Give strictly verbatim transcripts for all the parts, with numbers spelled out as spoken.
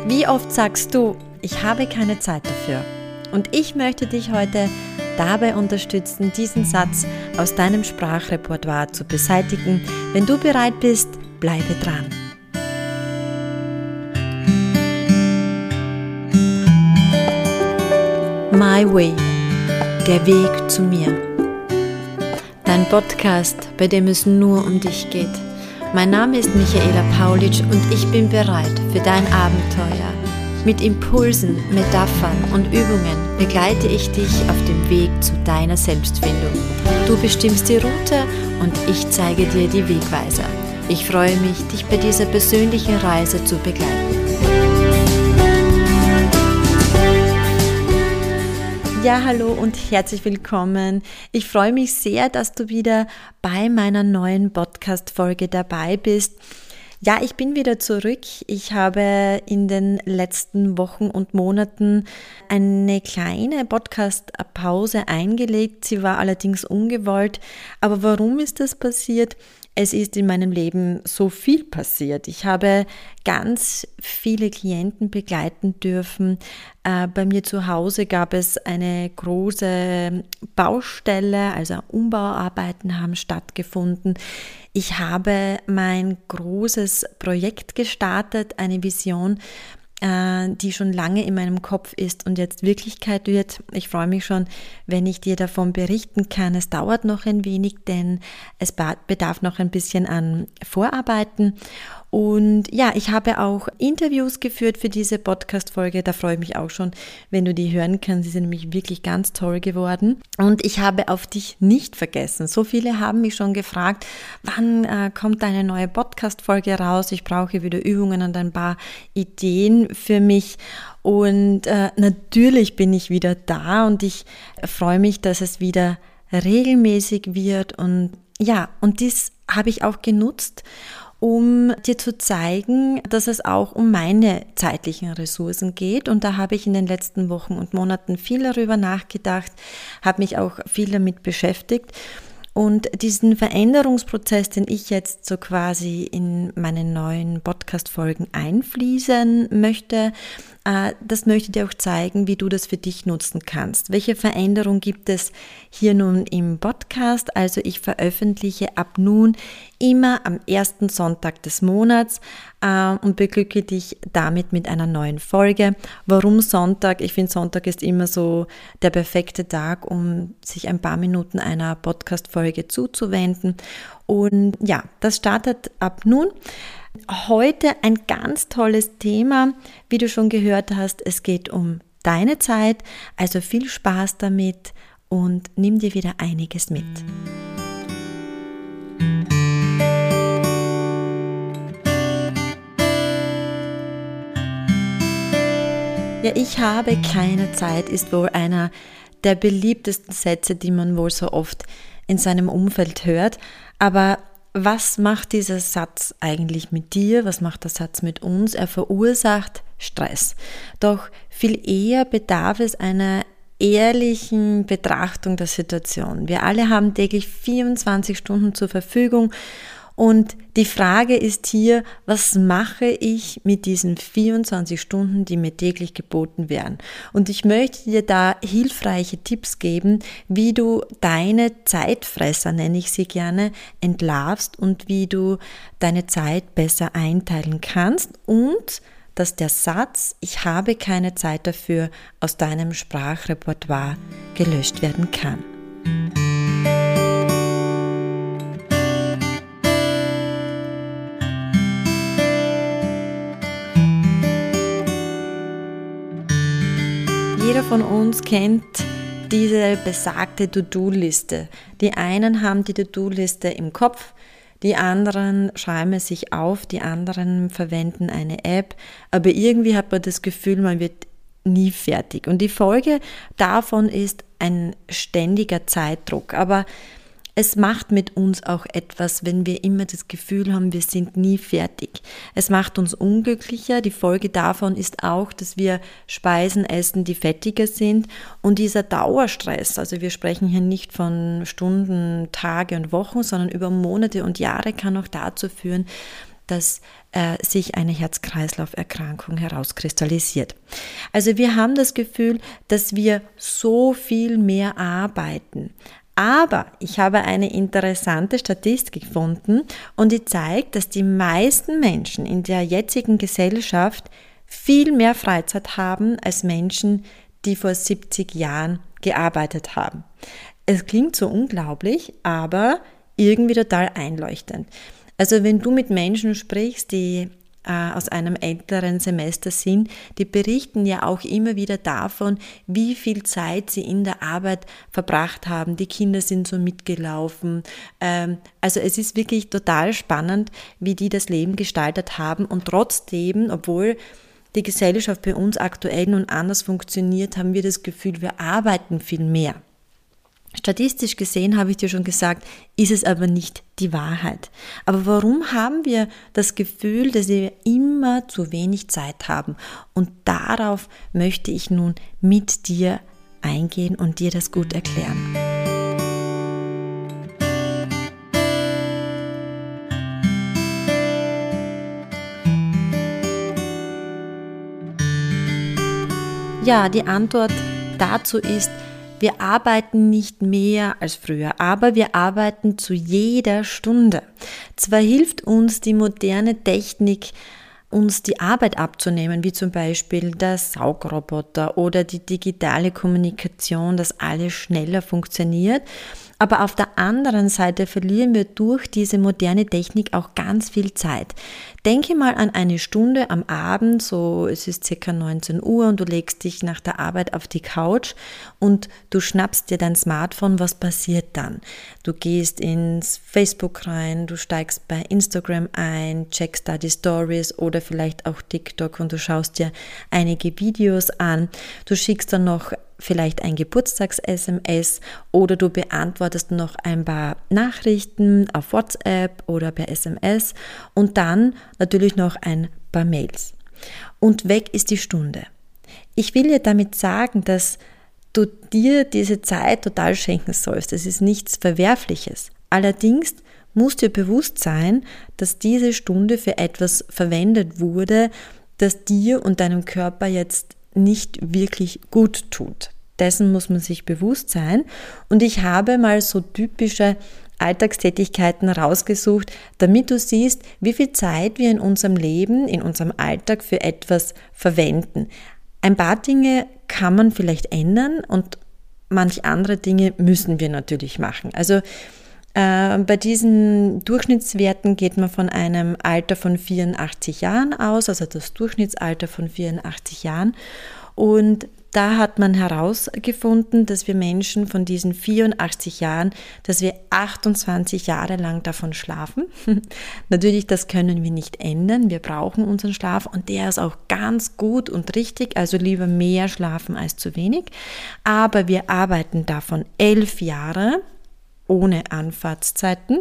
Wie oft sagst du, ich habe keine Zeit dafür? Und ich möchte dich heute dabei unterstützen, diesen Satz aus deinem Sprachrepertoire zu beseitigen. Wenn du bereit bist, bleibe dran. My Way, der Weg zu mir. Dein Podcast, bei dem es nur um dich geht. Mein Name ist Michaela Paulitsch und ich bin bereit für dein Abenteuer. Mit Impulsen, Metaphern und Übungen begleite ich dich auf dem Weg zu deiner Selbstfindung. Du bestimmst die Route und ich zeige dir die Wegweiser. Ich freue mich, dich bei dieser persönlichen Reise zu begleiten. Ja, hallo und herzlich willkommen. Ich freue mich sehr, dass du wieder bei meiner neuen Podcast-Folge dabei bist. Ja, ich bin wieder zurück. Ich habe in den letzten Wochen und Monaten eine kleine Podcast-Pause eingelegt. Sie war allerdings ungewollt. Aber warum ist das passiert? Es ist in meinem Leben so viel passiert. Ich habe ganz viele Klienten begleiten dürfen. Äh, bei mir zu Hause gab es eine große Baustelle, also Umbauarbeiten haben stattgefunden. Ich habe mein großes Projekt gestartet, eine Vision, äh, die schon lange in meinem Kopf ist und jetzt Wirklichkeit wird. Ich freue mich schon, wenn ich dir davon berichten kann. Es dauert noch ein wenig, denn es bedarf noch ein bisschen an Vorarbeiten. Und ja, ich habe auch Interviews geführt für diese Podcast-Folge. Da freue ich mich auch schon, wenn du die hören kannst. Sie sind nämlich wirklich ganz toll geworden. Und ich habe auf dich nicht vergessen. So viele haben mich schon gefragt, wann äh, kommt eine neue Podcast-Folge raus? Ich brauche wieder Übungen und ein paar Ideen für mich. Und äh, natürlich bin ich wieder da und ich freue mich, dass es wieder regelmäßig wird. Und ja, und dies habe ich auch genutzt, um dir zu zeigen, dass es auch um meine zeitlichen Ressourcen geht. Und da habe ich in den letzten Wochen und Monaten viel darüber nachgedacht, habe mich auch viel damit beschäftigt. Und diesen Veränderungsprozess, den ich jetzt so quasi in meine neuen Podcast-Folgen einfließen möchte, das möchte ich dir auch zeigen, wie du das für dich nutzen kannst. Welche Veränderung gibt es hier nun im Podcast? Also ich veröffentliche ab nun immer am ersten Sonntag des Monats äh, und beglücke dich damit mit einer neuen Folge. Warum Sonntag? Ich finde, Sonntag ist immer so der perfekte Tag, um sich ein paar Minuten einer Podcast-Folge zuzuwenden. Und ja, das startet ab nun. Heute ein ganz tolles Thema, wie du schon gehört hast, es geht um deine Zeit, also viel Spaß damit und nimm dir wieder einiges mit. Ja, ich habe keine Zeit ist wohl einer der beliebtesten Sätze, die man wohl so oft in seinem Umfeld hört, aber was macht dieser Satz eigentlich mit dir? Was macht der Satz mit uns? Er verursacht Stress. Doch viel eher bedarf es einer ehrlichen Betrachtung der Situation. Wir alle haben täglich vierundzwanzig Stunden zur Verfügung und die Frage ist hier, was mache ich mit diesen vierundzwanzig Stunden, die mir täglich geboten werden? Und ich möchte dir da hilfreiche Tipps geben, wie du deine Zeitfresser, nenne ich sie gerne, entlarvst und wie du deine Zeit besser einteilen kannst und dass der Satz, ich habe keine Zeit dafür, aus deinem Sprachrepertoire gelöscht werden kann. Jeder von uns kennt diese besagte To-Do-Liste. Die einen haben die To-Do-Liste im Kopf, die anderen schreiben es sich auf, die anderen verwenden eine App, aber irgendwie hat man das Gefühl, man wird nie fertig. Und die Folge davon ist ein ständiger Zeitdruck. Aber es macht mit uns auch etwas, wenn wir immer das Gefühl haben, wir sind nie fertig. Es macht uns unglücklicher. Die Folge davon ist auch, dass wir Speisen essen, die fettiger sind. Und dieser Dauerstress, also wir sprechen hier nicht von Stunden, Tage und Wochen, sondern über Monate und Jahre, kann auch dazu führen, dass äh, sich eine Herz-Kreislauf-Erkrankung herauskristallisiert. Also wir haben das Gefühl, dass wir so viel mehr arbeiten. Aber ich habe eine interessante Statistik gefunden und die zeigt, dass die meisten Menschen in der jetzigen Gesellschaft viel mehr Freizeit haben als Menschen, die vor siebzig Jahren gearbeitet haben. Es klingt so unglaublich, aber irgendwie total einleuchtend. Also wenn du mit Menschen sprichst, die äh, aus einem älteren Semester sind, die berichten ja auch immer wieder davon, wie viel Zeit sie in der Arbeit verbracht haben. Die Kinder sind so mitgelaufen. Ähm, also es ist wirklich total spannend, wie die das Leben gestaltet haben und trotzdem, obwohl die Gesellschaft bei uns aktuell nun anders funktioniert, haben wir das Gefühl, wir arbeiten viel mehr. Statistisch gesehen, habe ich dir schon gesagt, ist es aber nicht die Wahrheit. Aber warum haben wir das Gefühl, dass wir immer zu wenig Zeit haben? Und darauf möchte ich nun mit dir eingehen und dir das gut erklären. Ja, die Antwort dazu ist, wir arbeiten nicht mehr als früher, aber wir arbeiten zu jeder Stunde. Zwar hilft uns die moderne Technik, uns die Arbeit abzunehmen, wie zum Beispiel der Saugroboter oder die digitale Kommunikation, dass alles schneller funktioniert, aber auf der anderen Seite verlieren wir durch diese moderne Technik auch ganz viel Zeit. Denke mal an eine Stunde am Abend, so es ist circa neunzehn Uhr und du legst dich nach der Arbeit auf die Couch und du schnappst dir dein Smartphone, was passiert dann? Du gehst ins Facebook rein, du steigst bei Instagram ein, checkst da die Stories oder vielleicht auch TikTok und du schaust dir einige Videos an, du schickst dann noch vielleicht ein Geburtstags-S M S oder du beantwortest noch ein paar Nachrichten auf WhatsApp oder per S M S und dann natürlich noch ein paar Mails. Und weg ist die Stunde. Ich will dir damit sagen, dass du dir diese Zeit total schenken sollst. Das ist nichts Verwerfliches. Allerdings muss dir bewusst sein, dass diese Stunde für etwas verwendet wurde, das dir und deinem Körper jetzt nicht wirklich gut tut. Dessen muss man sich bewusst sein. Und ich habe mal so typische Alltagstätigkeiten rausgesucht, damit du siehst, wie viel Zeit wir in unserem Leben, in unserem Alltag für etwas verwenden. Ein paar Dinge kann man vielleicht ändern und manch andere Dinge müssen wir natürlich machen. Also äh, bei diesen Durchschnittswerten geht man von einem Alter von vierundachtzig Jahren aus, also das Durchschnittsalter von vierundachtzig Jahren. Und da hat man herausgefunden, dass wir Menschen von diesen vierundachtzig Jahren, dass wir achtundzwanzig Jahre lang davon schlafen. Natürlich, das können wir nicht ändern. Wir brauchen unseren Schlaf und der ist auch ganz gut und richtig. Also lieber mehr schlafen als zu wenig. Aber wir arbeiten davon elf Jahre ohne Anfahrtszeiten.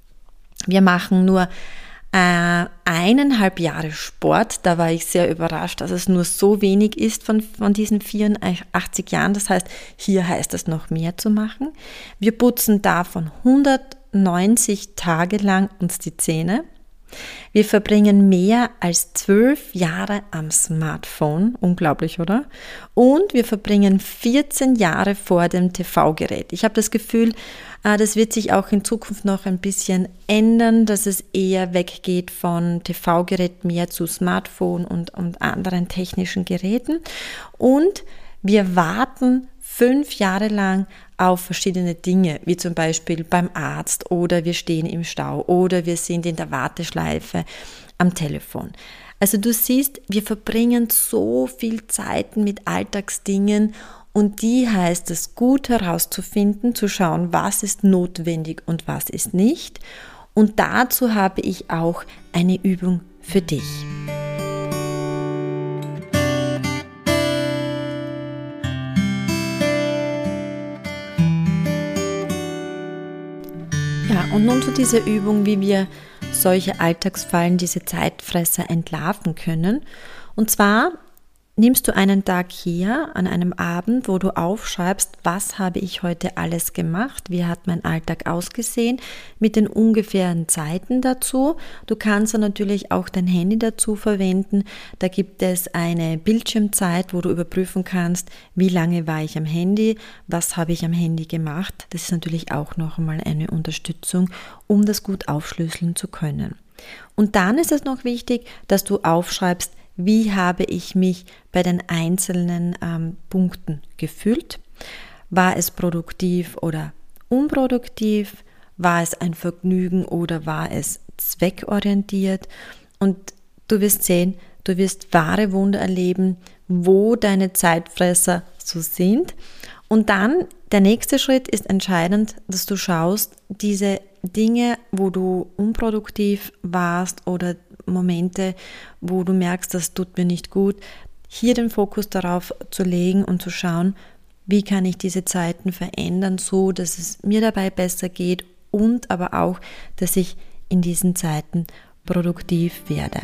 Wir machen nur Äh, eineinhalb Jahre Sport, da war ich sehr überrascht, dass es nur so wenig ist von, von diesen vierundachtzig Jahren. Das heißt, hier heißt es noch mehr zu machen. Wir putzen davon hundertneunzig Tage lang uns die Zähne. Wir verbringen mehr als zwölf Jahre am Smartphone, unglaublich, oder? Und wir verbringen vierzehn Jahre vor dem T V-Gerät. Ich habe das Gefühl, das wird sich auch in Zukunft noch ein bisschen ändern, dass es eher weggeht von T V-Gerät mehr zu Smartphone und, und anderen technischen Geräten. Und wir warten fünf Jahre lang auf verschiedene Dinge, wie zum Beispiel beim Arzt oder wir stehen im Stau oder wir sind in der Warteschleife am Telefon. Also du siehst, wir verbringen so viel Zeit mit Alltagsdingen und die heißt es gut herauszufinden, zu schauen, was ist notwendig und was ist nicht. Und dazu habe ich auch eine Übung für dich. Ja, und nun zu dieser Übung, wie wir solche Alltagsfallen, diese Zeitfresser entlarven können. Und zwar nimmst du einen Tag her, an einem Abend, wo du aufschreibst, was habe ich heute alles gemacht, wie hat mein Alltag ausgesehen, mit den ungefähren Zeiten dazu. Du kannst dann natürlich auch dein Handy dazu verwenden. Da gibt es eine Bildschirmzeit, wo du überprüfen kannst, wie lange war ich am Handy, was habe ich am Handy gemacht. Das ist natürlich auch noch einmal eine Unterstützung, um das gut aufschlüsseln zu können. Und dann ist es noch wichtig, dass du aufschreibst, wie habe ich mich bei den einzelnen ähm, Punkten gefühlt? War es produktiv oder unproduktiv? War es ein Vergnügen oder war es zweckorientiert? Und du wirst sehen, du wirst wahre Wunder erleben, wo deine Zeitfresser so sind. Und dann, der nächste Schritt ist entscheidend, dass du schaust, diese Dinge, wo du unproduktiv warst oder Momente, wo du merkst, das tut mir nicht gut, hier den Fokus darauf zu legen und zu schauen, wie kann ich diese Zeiten verändern, so dass es mir dabei besser geht und aber auch, dass ich in diesen Zeiten produktiv werde.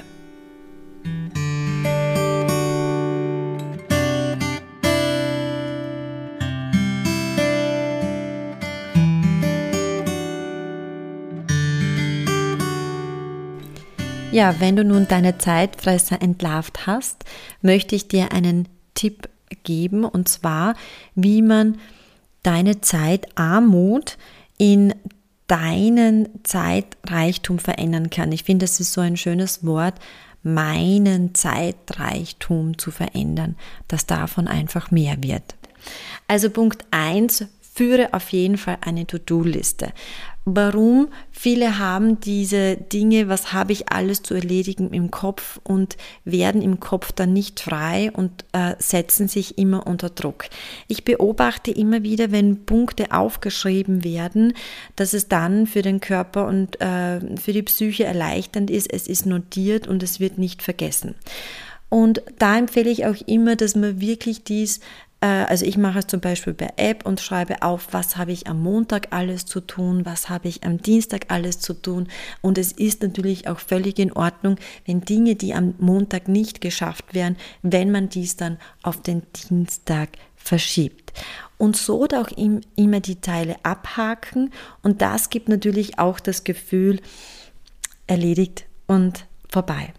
Ja, wenn du nun deine Zeitfresser entlarvt hast, möchte ich dir einen Tipp geben, und zwar, wie man deine Zeitarmut in deinen Zeitreichtum verändern kann. Ich finde, das ist so ein schönes Wort, meinen Zeitreichtum zu verändern, dass davon einfach mehr wird. Also Punkt eins, führe auf jeden Fall eine To-Do-Liste. Warum? Viele haben diese Dinge, was habe ich alles zu erledigen im Kopf und werden im Kopf dann nicht frei und äh, setzen sich immer unter Druck. Ich beobachte immer wieder, wenn Punkte aufgeschrieben werden, dass es dann für den Körper und äh, für die Psyche erleichternd ist, es ist notiert und es wird nicht vergessen. Und da empfehle ich auch immer, dass man wirklich dies Also ich mache es zum Beispiel per App und schreibe auf, was habe ich am Montag alles zu tun, was habe ich am Dienstag alles zu tun. Und es ist natürlich auch völlig in Ordnung, wenn Dinge, die am Montag nicht geschafft werden, wenn man dies dann auf den Dienstag verschiebt. Und so auch immer die Teile abhaken. Und das gibt natürlich auch das Gefühl, erledigt und vorbei.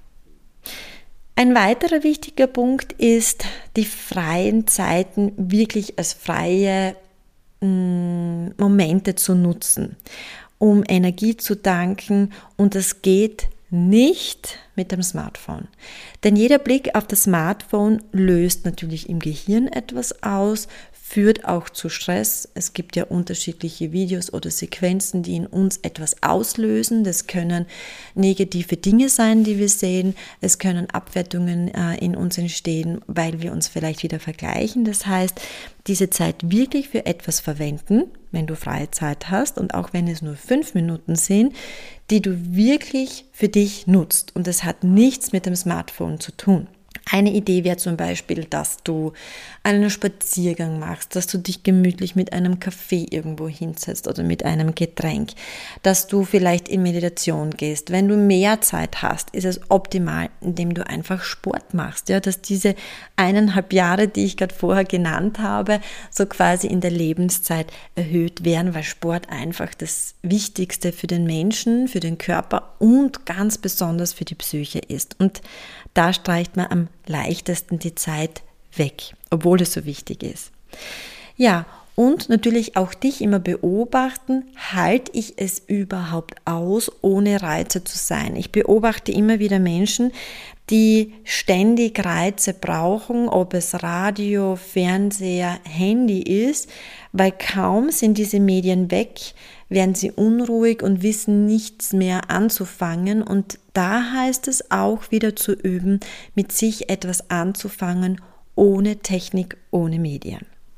Ein weiterer wichtiger Punkt ist, die freien Zeiten wirklich als freie mh, Momente zu nutzen, um Energie zu tanken, und das geht nicht mit dem Smartphone. Denn jeder Blick auf das Smartphone löst natürlich im Gehirn etwas aus, führt auch zu Stress. Es gibt ja unterschiedliche Videos oder Sequenzen, die in uns etwas auslösen. Das können negative Dinge sein, die wir sehen. Es können Abwertungen äh, in uns entstehen, weil wir uns vielleicht wieder vergleichen. Das heißt, diese Zeit wirklich für etwas verwenden, wenn du freie Zeit hast, und auch wenn es nur fünf Minuten sind, die du wirklich für dich nutzt. Und das hat nichts mit dem Smartphone zu tun. Eine Idee wäre zum Beispiel, dass du einen Spaziergang machst, dass du dich gemütlich mit einem Kaffee irgendwo hinsetzt oder mit einem Getränk, dass du vielleicht in Meditation gehst. Wenn du mehr Zeit hast, ist es optimal, indem du einfach Sport machst, ja, dass diese eineinhalb Jahre, die ich gerade vorher genannt habe, so quasi in der Lebenszeit erhöht werden, weil Sport einfach das Wichtigste für den Menschen, für den Körper und ganz besonders für die Psyche ist. Und da streicht man am leichtesten die Zeit weg, obwohl es so wichtig ist. Ja, und natürlich auch dich immer beobachten, halte ich es überhaupt aus, ohne Reize zu sein? Ich beobachte immer wieder Menschen, die ständig Reize brauchen, ob es Radio, Fernseher, Handy ist, weil kaum sind diese Medien weg, werden sie unruhig und wissen nichts mehr anzufangen. Und da heißt es auch wieder zu üben, mit sich etwas anzufangen, ohne Technik, ohne Medien.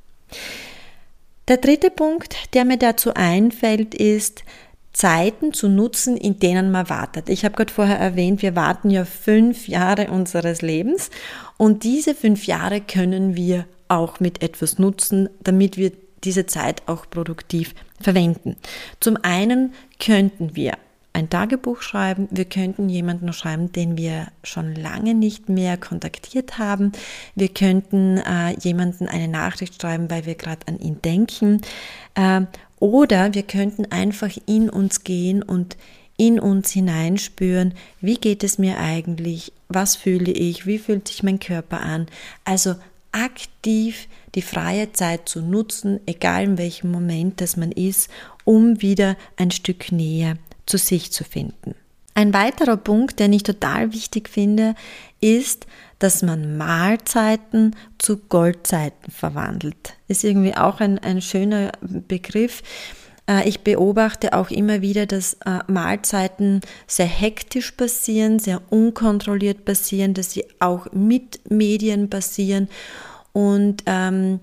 Der dritte Punkt, der mir dazu einfällt, ist, Zeiten zu nutzen, in denen man wartet. Ich habe gerade vorher erwähnt, wir warten ja fünf Jahre unseres Lebens, und diese fünf Jahre können wir auch mit etwas nutzen, damit wir diese Zeit auch produktiv verwenden. Zum einen könnten wir ein Tagebuch schreiben, wir könnten jemanden schreiben, den wir schon lange nicht mehr kontaktiert haben, wir könnten äh, jemanden eine Nachricht schreiben, weil wir gerade an ihn denken, äh, oder wir könnten einfach in uns gehen und in uns hineinspüren, wie geht es mir eigentlich, was fühle ich, wie fühlt sich mein Körper an, also aktiv die freie Zeit zu nutzen, egal in welchem Moment das man ist, um wieder ein Stück näher zu sich zu finden. Ein weiterer Punkt, den ich total wichtig finde, ist, dass man Mahlzeiten zu Goldzeiten verwandelt. Ist irgendwie auch ein, ein schöner Begriff. Ich beobachte auch immer wieder, dass Mahlzeiten sehr hektisch passieren, sehr unkontrolliert passieren, dass sie auch mit Medien passieren. Und ähm,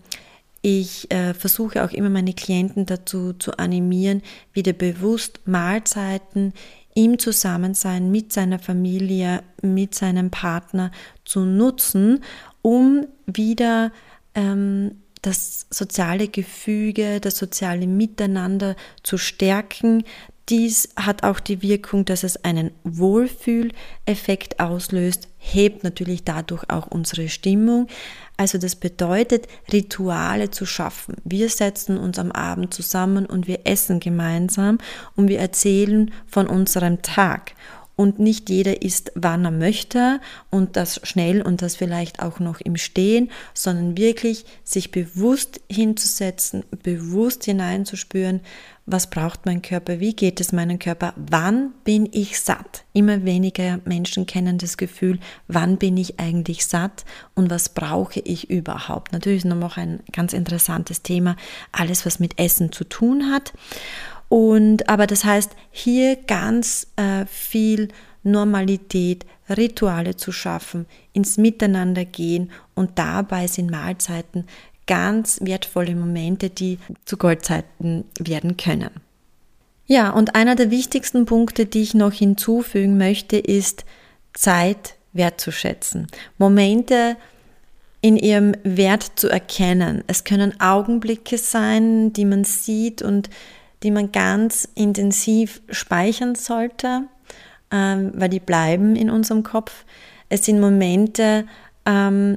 ich äh, versuche auch immer meine Klienten dazu zu animieren, wieder bewusst Mahlzeiten im Zusammensein mit seiner Familie, mit seinem Partner zu nutzen, um wieder ähm, das soziale Gefüge, das soziale Miteinander zu stärken. Dies hat auch die Wirkung, dass es einen Wohlfühleffekt auslöst, hebt natürlich dadurch auch unsere Stimmung. Also das bedeutet, Rituale zu schaffen. Wir setzen uns am Abend zusammen und wir essen gemeinsam und wir erzählen von unserem Tag. Und nicht jeder isst, wann er möchte und das schnell und das vielleicht auch noch im Stehen, sondern wirklich sich bewusst hinzusetzen, bewusst hineinzuspüren, was braucht mein Körper, wie geht es meinem Körper, wann bin ich satt? Immer weniger Menschen kennen das Gefühl, wann bin ich eigentlich satt und was brauche ich überhaupt? Natürlich ist noch ein ganz interessantes Thema, alles was mit Essen zu tun hat. Und, aber das heißt, hier ganz äh, viel Normalität, Rituale zu schaffen, ins Miteinander gehen und dabei sind Mahlzeiten ganz wertvolle Momente, die zu Goldzeiten werden können. Ja, und einer der wichtigsten Punkte, die ich noch hinzufügen möchte, ist Zeit wertzuschätzen. Momente in ihrem Wert zu erkennen. Es können Augenblicke sein, die man sieht und die man ganz intensiv speichern sollte, ähm, weil die bleiben in unserem Kopf. Es sind Momente, ähm,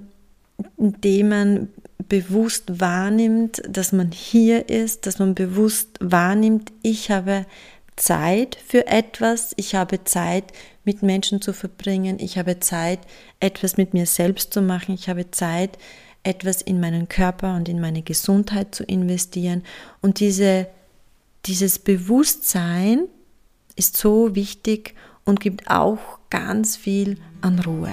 in denen man bewusst wahrnimmt, dass man hier ist, dass man bewusst wahrnimmt, ich habe Zeit für etwas, ich habe Zeit, mit Menschen zu verbringen, ich habe Zeit, etwas mit mir selbst zu machen, ich habe Zeit, etwas in meinen Körper und in meine Gesundheit zu investieren. Und diese Dieses Bewusstsein ist so wichtig und gibt auch ganz viel an Ruhe.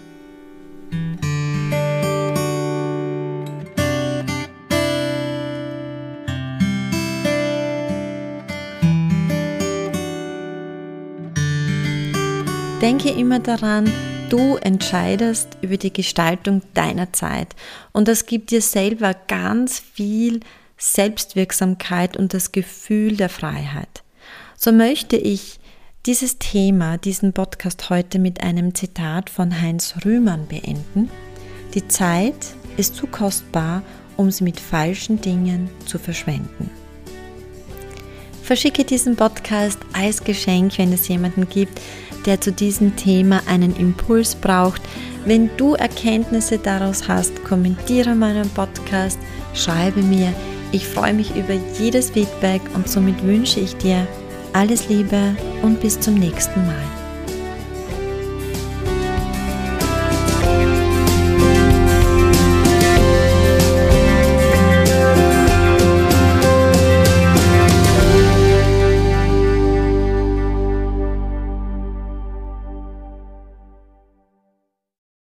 Denke immer daran, du entscheidest über die Gestaltung deiner Zeit und das gibt dir selber ganz viel Selbstwirksamkeit und das Gefühl der Freiheit. So möchte ich dieses Thema, diesen Podcast heute mit einem Zitat von Heinz Rühmann beenden. Die Zeit ist zu kostbar, um sie mit falschen Dingen zu verschwenden. Verschicke diesen Podcast als Geschenk, wenn es jemanden gibt, der zu diesem Thema einen Impuls braucht. Wenn du Erkenntnisse daraus hast, kommentiere meinen Podcast, schreibe mir. Ich freue mich über jedes Feedback und somit wünsche ich dir alles Liebe und bis zum nächsten Mal.